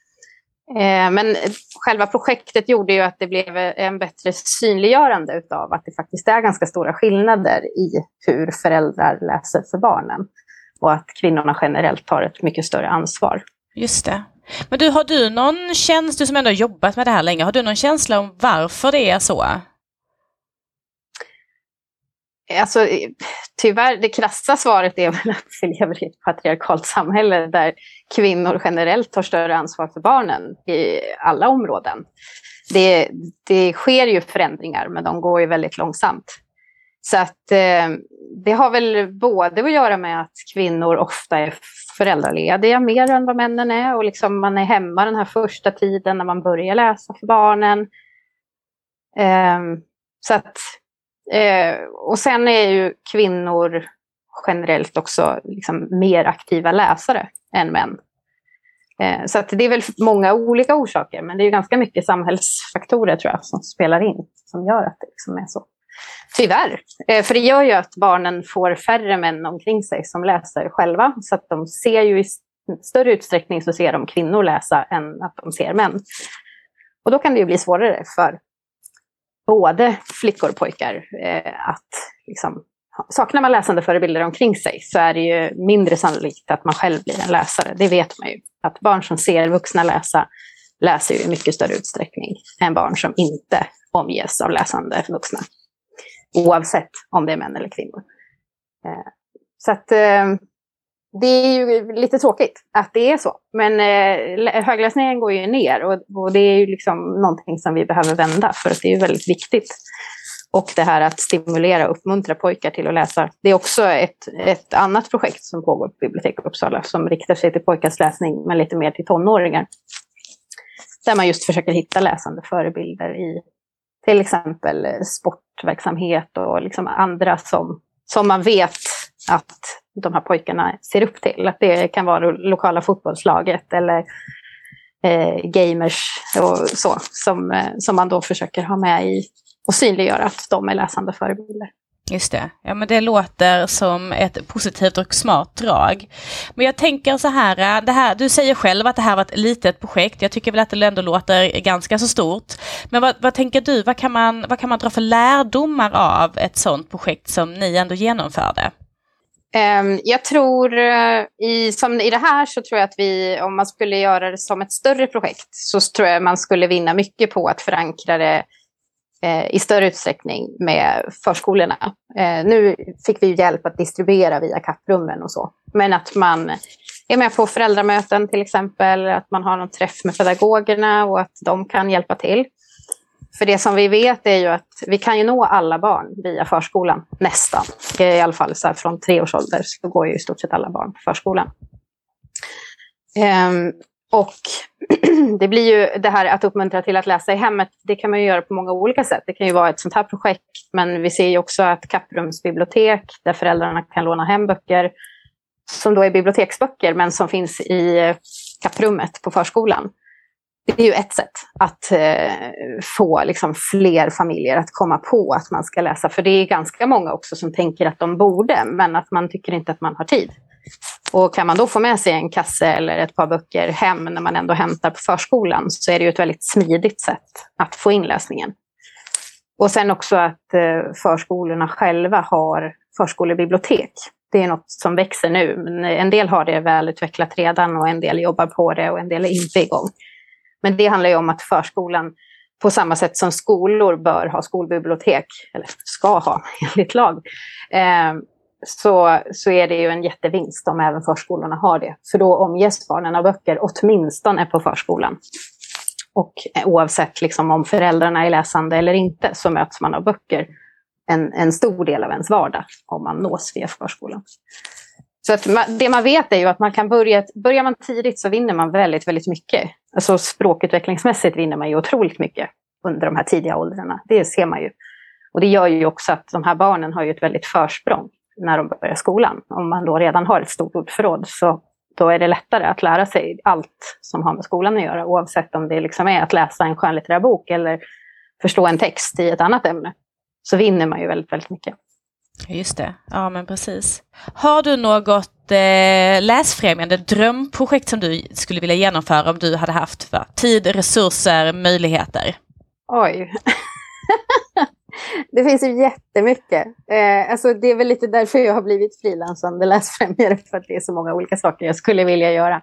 Men själva projektet gjorde ju att det blev en bättre synliggörande utav att det faktiskt är ganska stora skillnader i hur föräldrar läser för barnen. Och att kvinnorna generellt tar ett mycket större ansvar. Just det. Men du, har du någon känsla, du som ändå har jobbat med det här länge, har du någon känsla om varför det är så? Alltså, tyvärr, det krassa svaret är väl att vi lever i ett patriarkalt samhälle där kvinnor generellt tar större ansvar för barnen i alla områden. Det sker ju förändringar, men de går ju väldigt långsamt. Så att det har väl både att göra med att kvinnor ofta är föräldralediga mer än vad männen är. Och liksom man är hemma den här första tiden när man börjar läsa för barnen. Så att, och sen är ju kvinnor generellt också liksom mer aktiva läsare än män. Så att det är väl många olika orsaker. Men det är ju ganska mycket samhällsfaktorer tror jag som spelar in. Som gör att det liksom är så. Tyvärr. För det gör ju att barnen får färre män omkring sig som läser själva. Så att de ser ju i större utsträckning så ser de kvinnor läsa än att de ser män. Och då kan det ju bli svårare för både flickor och pojkar att liksom, saknar man läsande förebilder omkring sig så är det ju mindre sannolikt att man själv blir en läsare. Det vet man ju. Att barn som ser vuxna läsa läser ju i mycket större utsträckning än barn som inte omges av läsande vuxna. Oavsett om det är män eller kvinnor. Så att det är ju lite tråkigt att det är så. Men högläsningen går ju ner och det är ju liksom någonting som vi behöver vända för att det är ju väldigt viktigt. Och det här att stimulera och uppmuntra pojkar till att läsa. Det är också ett annat projekt som pågår på Bibliotek Uppsala som riktar sig till pojkars läsning men lite mer till tonåringar. Där man just försöker hitta läsande förebilder i till exempel sportverksamhet och liksom andra som man vet att de här pojkarna ser upp till. Att det kan vara lokala fotbollslaget eller gamers och så som man då försöker ha med i och synliggöra att de är läsande förebilder. Just det. Ja, men det låter som ett positivt och smart drag. Men jag tänker så här, du säger själv att det här var ett litet projekt. Jag tycker väl att det ändå låter ganska så stort. Men vad tänker du, vad kan man dra för lärdomar av ett sådant projekt som ni ändå genomförde? Jag tror, som i det här så tror jag att om man skulle göra det som ett större projekt så tror jag man skulle vinna mycket på att förankra det i större utsträckning med förskolorna. Nu fick vi hjälp att distribuera via kapprummen och så. Men att man är med på föräldramöten till exempel. Att man har någon träff med pedagogerna och att de kan hjälpa till. För det som vi vet är ju att vi kan ju nå alla barn via förskolan, nästan. I alla fall så här, från 3 års ålder så går ju i stort sett alla barn på förskolan. Och det blir ju det här att uppmuntra till att läsa i hemmet, det kan man ju göra på många olika sätt. Det kan ju vara ett sånt här projekt, men vi ser ju också att kapprumsbibliotek, där föräldrarna kan låna hem böcker, som då är biblioteksböcker, men som finns i kapprummet på förskolan. Det är ju ett sätt att få liksom fler familjer att komma på att man ska läsa. För det är ganska många också som tänker att de borde, men att man tycker inte att man har tid. Och kan man då få med sig en kasse eller ett par böcker hem när man ändå hämtar på förskolan, så är det ju ett väldigt smidigt sätt att få in läsningen. Och sen också att förskolorna själva har förskolebibliotek. Det är något som växer nu, men en del har det väl utvecklat redan och en del jobbar på det och en del är inte igång. Men det handlar ju om att förskolan på samma sätt som skolor bör ha skolbibliotek, eller ska ha enligt lag, så är det ju en jättevinst om även förskolorna har det. För då omges barnen av böcker åtminstone på förskolan. Och oavsett liksom om föräldrarna är läsande eller inte, så möts man av böcker en stor del av ens vardag om man nås via förskolan. Så att det man vet är ju att man kan börjar man tidigt så vinner man väldigt, väldigt mycket. Alltså språkutvecklingsmässigt vinner man ju otroligt mycket under de här tidiga åldrarna. Det ser man ju. Och det gör ju också att de här barnen har ju ett väldigt försprång när de börjar skolan. Om man då redan har ett stort ordförråd, så då är det lättare att lära sig allt som har med skolan att göra. Oavsett om det liksom är att läsa en skönlitterär bok eller förstå en text i ett annat ämne. Så vinner man ju väldigt, väldigt mycket. Just det, ja men precis. Har du något läsfrämjande drömprojekt som du skulle vilja genomföra om du hade haft för tid, resurser, möjligheter? Oj. Det finns ju jättemycket. Alltså det är väl lite därför jag har blivit frilansande läsfrämjare, för att det är så många olika saker jag skulle vilja göra.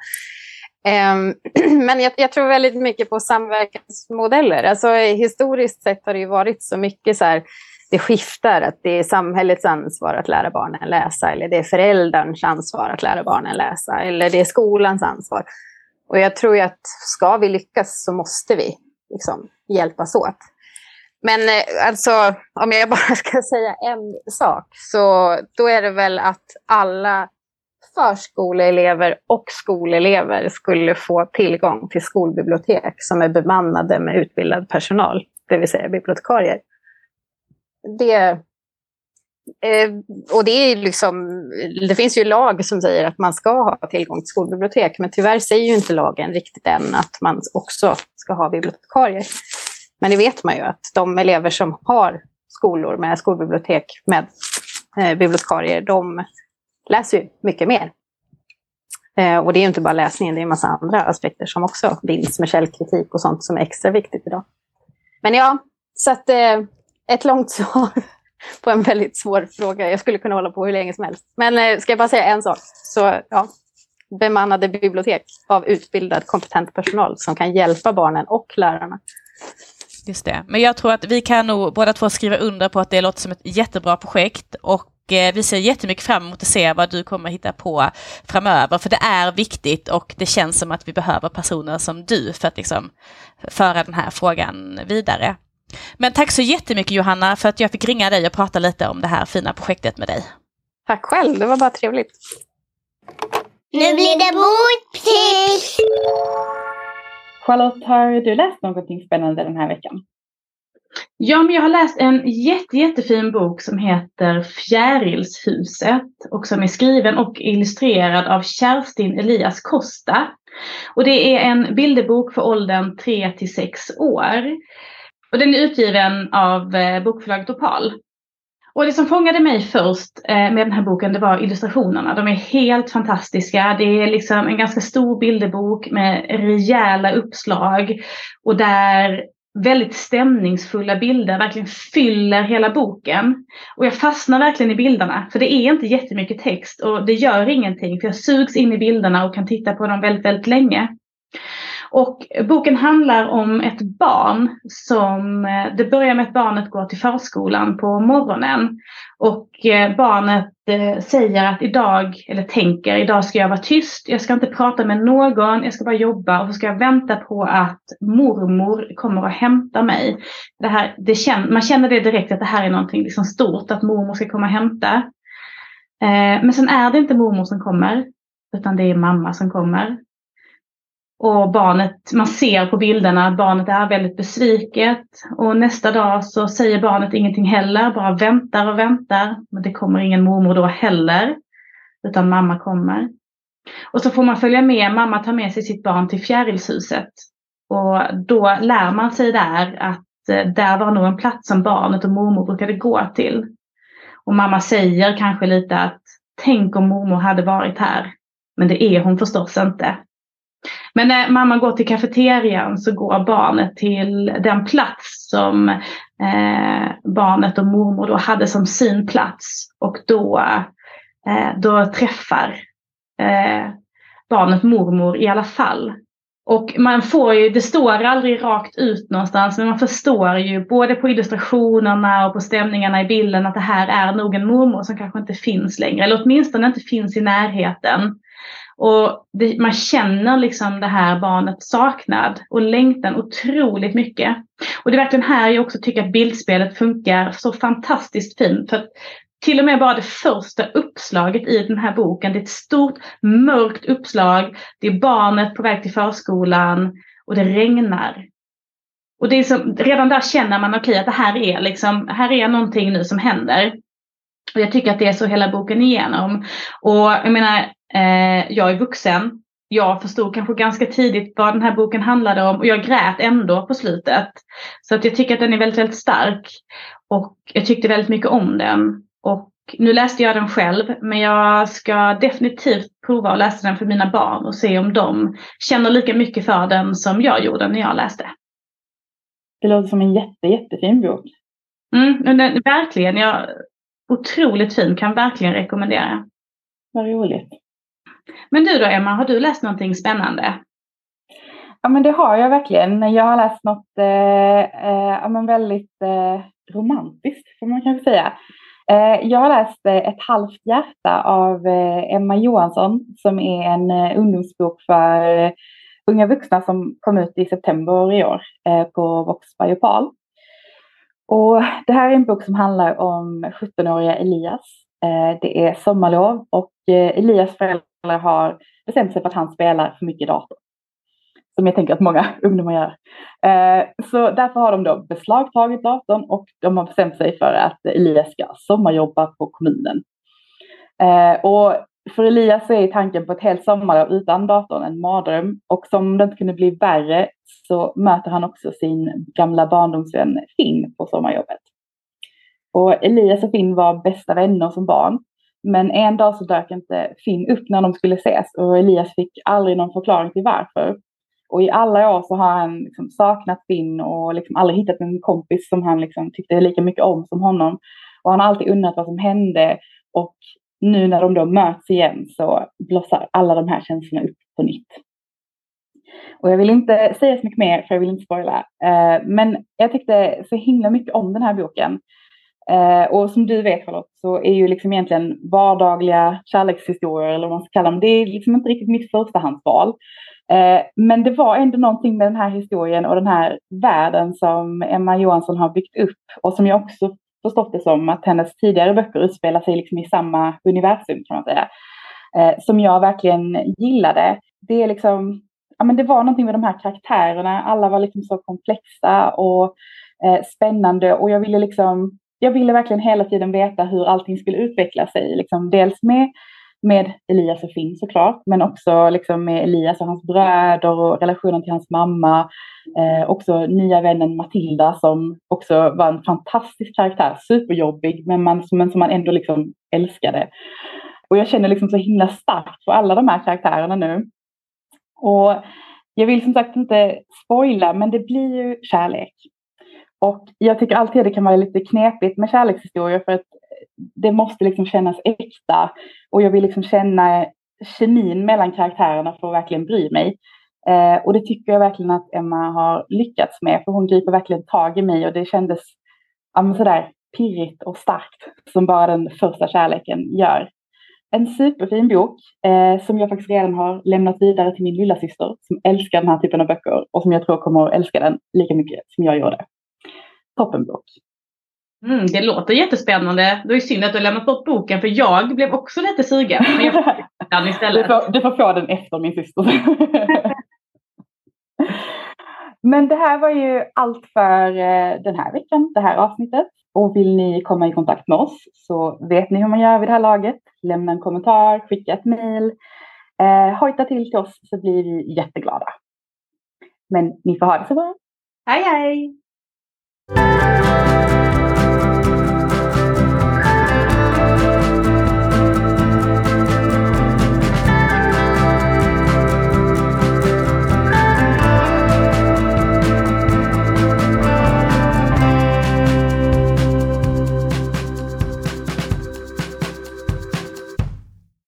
Men jag tror väldigt mycket på samverkansmodeller. Alltså historiskt sett har det ju varit så mycket så här, det skiftar, att det är samhällets ansvar att lära barnen läsa, eller det är förälderns ansvar att lära barnen läsa, eller det är skolans ansvar. Och jag tror ju att ska vi lyckas så måste vi liksom hjälpas åt. Men alltså, om jag bara ska säga en sak, så då är det väl att alla förskoleelever och skolelever skulle få tillgång till skolbibliotek som är bemannade med utbildad personal, det vill säga bibliotekarier. Och det är liksom, det finns ju lag som säger att man ska ha tillgång till skolbibliotek, men tyvärr säger ju inte lagen riktigt än att man också ska ha bibliotekarier. Men det vet man ju att de elever som har skolor med skolbibliotek med bibliotekarier, de läser ju mycket mer. Och det är ju inte bara läsningen, det är en massa andra aspekter som också vinns med källkritik och sånt som är extra viktigt idag. Men ja, så att ett långt svar på en väldigt svår fråga. Jag skulle kunna hålla på hur länge som helst. Men ska jag bara säga en sak, så ja, bemannade bibliotek av utbildad kompetent personal som kan hjälpa barnen och lärarna. Just det. Men jag tror att vi kan nog båda två skriva under på att det låter som ett jättebra projekt, och vi ser jättemycket fram emot att se vad du kommer hitta på framöver, för det är viktigt och det känns som att vi behöver personer som du för att liksom föra den här frågan vidare. Men tack så jättemycket Johanna för att jag fick ringa dig och prata lite om det här fina projektet med dig. Tack själv, det var bara trevligt. Nu blir det boktips! Charlotte, har du läst någonting spännande den här veckan? Ja, men jag har läst en jättefin bok som heter Fjärilshuset och som är skriven och illustrerad av Kerstin Elias Costa. Och det är en bilderbok för åldern 3-6 år. Och den är utgiven av bokförlaget Opal. Och det som fångade mig först med den här boken, det var illustrationerna. De är helt fantastiska. Det är liksom en ganska stor bilderbok med rejäla uppslag. Och där väldigt stämningsfulla bilder verkligen fyller hela boken. Och jag fastnar verkligen i bilderna. För det är inte jättemycket text och det gör ingenting. För jag sugs in i bilderna och kan titta på dem väldigt, väldigt länge. Och boken handlar om ett barn som, det börjar med att barnet går till förskolan på morgonen. Och barnet säger att idag ska jag vara tyst, jag ska inte prata med någon, jag ska bara jobba och så ska jag vänta på att mormor kommer och hämta mig. Man känner det direkt att det här är någonting liksom stort, att mormor ska komma och hämta. Men sen är det inte mormor som kommer, utan det är mamma som kommer. Och man ser på bilderna att barnet är väldigt besviket. Och nästa dag så säger barnet ingenting heller, bara väntar och väntar. Men det kommer ingen mormor då heller, utan mamma kommer. Och så får man följa med, mamma tar med sig sitt barn till Fjärilshuset. Och då lär man sig där att där var nog en plats som barnet och mormor brukade gå till. Och mamma säger kanske lite att tänk om mormor hade varit här. Men det är hon förstås inte. Men när mamma går till kafeterian så går barnet till den plats som barnet och mormor då hade som sin plats. Och då träffar barnet mormor i alla fall. Och man får ju, det står aldrig rakt ut någonstans, men man förstår ju både på illustrationerna och på stämningarna i bilden att det här är nog en mormor som kanske inte finns längre. Eller åtminstone inte finns i närheten. Och man känner liksom det här barnet saknad och längtan otroligt mycket. Och det är verkligen här jag också tycker att bildspelet funkar så fantastiskt fint. För att till och med bara det första uppslaget i den här boken, det är ett stort mörkt uppslag. Det är barnet på väg till förskolan och det regnar. Och det är som, redan där känner man att det här är någonting nu som händer. Och jag tycker att det är så hela boken igenom. Och jag menar, jag är vuxen. Jag förstod kanske ganska tidigt vad den här boken handlade om. Och jag grät ändå på slutet. Så att jag tycker att den är väldigt, väldigt stark. Och jag tyckte väldigt mycket om den. Och nu läste jag den själv. Men jag ska definitivt prova att läsa den för mina barn. Och se om de känner lika mycket för den som jag gjorde när jag läste. Det låter som en jättefin bok. Verkligen. Otroligt fin. Kan verkligen rekommendera. Vad roligt. Men du då, Emma, har du läst någonting spännande? Ja, men det har jag verkligen. Jag har läst något väldigt romantiskt, får man kanske säga. Jag har läst Ett halvt hjärta av Emma Johansson, som är en ungdomsbok för unga vuxna som kom ut i september i år på Vox Biopal. Och det här är en bok som handlar om 17-åriga Elias. Det är sommarlov och Elias föräldrar har bestämt sig för att han spelar för mycket dator. Som jag tänker att många ungdomar gör. Så därför har de då beslagtagit datorn och de har bestämt sig för att Elias ska sommarjobba på kommunen. Och för Elias så är tanken på ett helt sommarlov utan datorn en mardröm. Och som det inte kunde bli värre så möter han också sin gamla barndomsvän Finn på sommarjobbet. Och Elias och Finn var bästa vänner som barn. Men en dag så dök inte Finn upp när de skulle ses. Och Elias fick aldrig någon förklaring till varför. Och i alla år så har han liksom saknat Finn och liksom aldrig hittat en kompis som han liksom tyckte lika mycket om som honom. Och han har alltid undrat vad som hände. Och nu när de då möts igen så blossar alla de här känslorna upp på nytt. Och jag vill inte säga så mycket mer för jag vill inte spoila. Men jag tyckte så himla mycket om den här boken. Och som du vet, Charlotte, så är ju liksom egentligen vardagliga kärlekshistorier, eller vad man ska kalla dem, det är liksom inte riktigt mitt förstahandsval. Men det var ändå någonting med den här historien och den här världen som Emma Johansson har byggt upp. Och som jag också förstått det som att hennes tidigare böcker utspelar sig liksom i samma universum, kan man säga. Som jag verkligen gillade. Det är liksom, ja, men det var någonting med de här karaktärerna. Alla var liksom så komplexa och spännande. Och jag ville verkligen hela tiden veta hur allting skulle utveckla sig. Liksom dels med Elias och Finn såklart. Men också liksom med Elias och hans bröder och relationen till hans mamma. Också nya vännen Matilda som också var en fantastisk karaktär. Superjobbig men som man ändå liksom älskade. Och jag känner liksom så himla starkt för alla de här karaktärerna nu. Och jag vill som sagt inte spoila, men det blir ju kärlek. Och jag tycker alltid att det kan vara lite knepigt med kärlekshistorier för att det måste liksom kännas äkta. Och jag vill liksom känna kemin mellan karaktärerna för att verkligen bry mig. Och det tycker jag verkligen att Emma har lyckats med, för hon griper verkligen tag i mig och det kändes sådär pirrigt och starkt som bara den första kärleken gör. En superfin bok som jag faktiskt redan har lämnat vidare till min lilla syster som älskar den här typen av böcker och som jag tror kommer att älska den lika mycket som jag gjorde. Toppenbok. Det låter jättespännande. Det är synd att du har lämnat bort boken, för jag blev också lite sugen. Men jag får den istället. Du får få den efter min syster. Men det här var ju allt för den här veckan, det här avsnittet. Och vill ni komma i kontakt med oss så vet ni hur man gör vid det här laget. Lämna en kommentar, skicka ett mejl. Hojta till oss så blir vi jätteglada. Men ni får ha det så bra. Hej hej!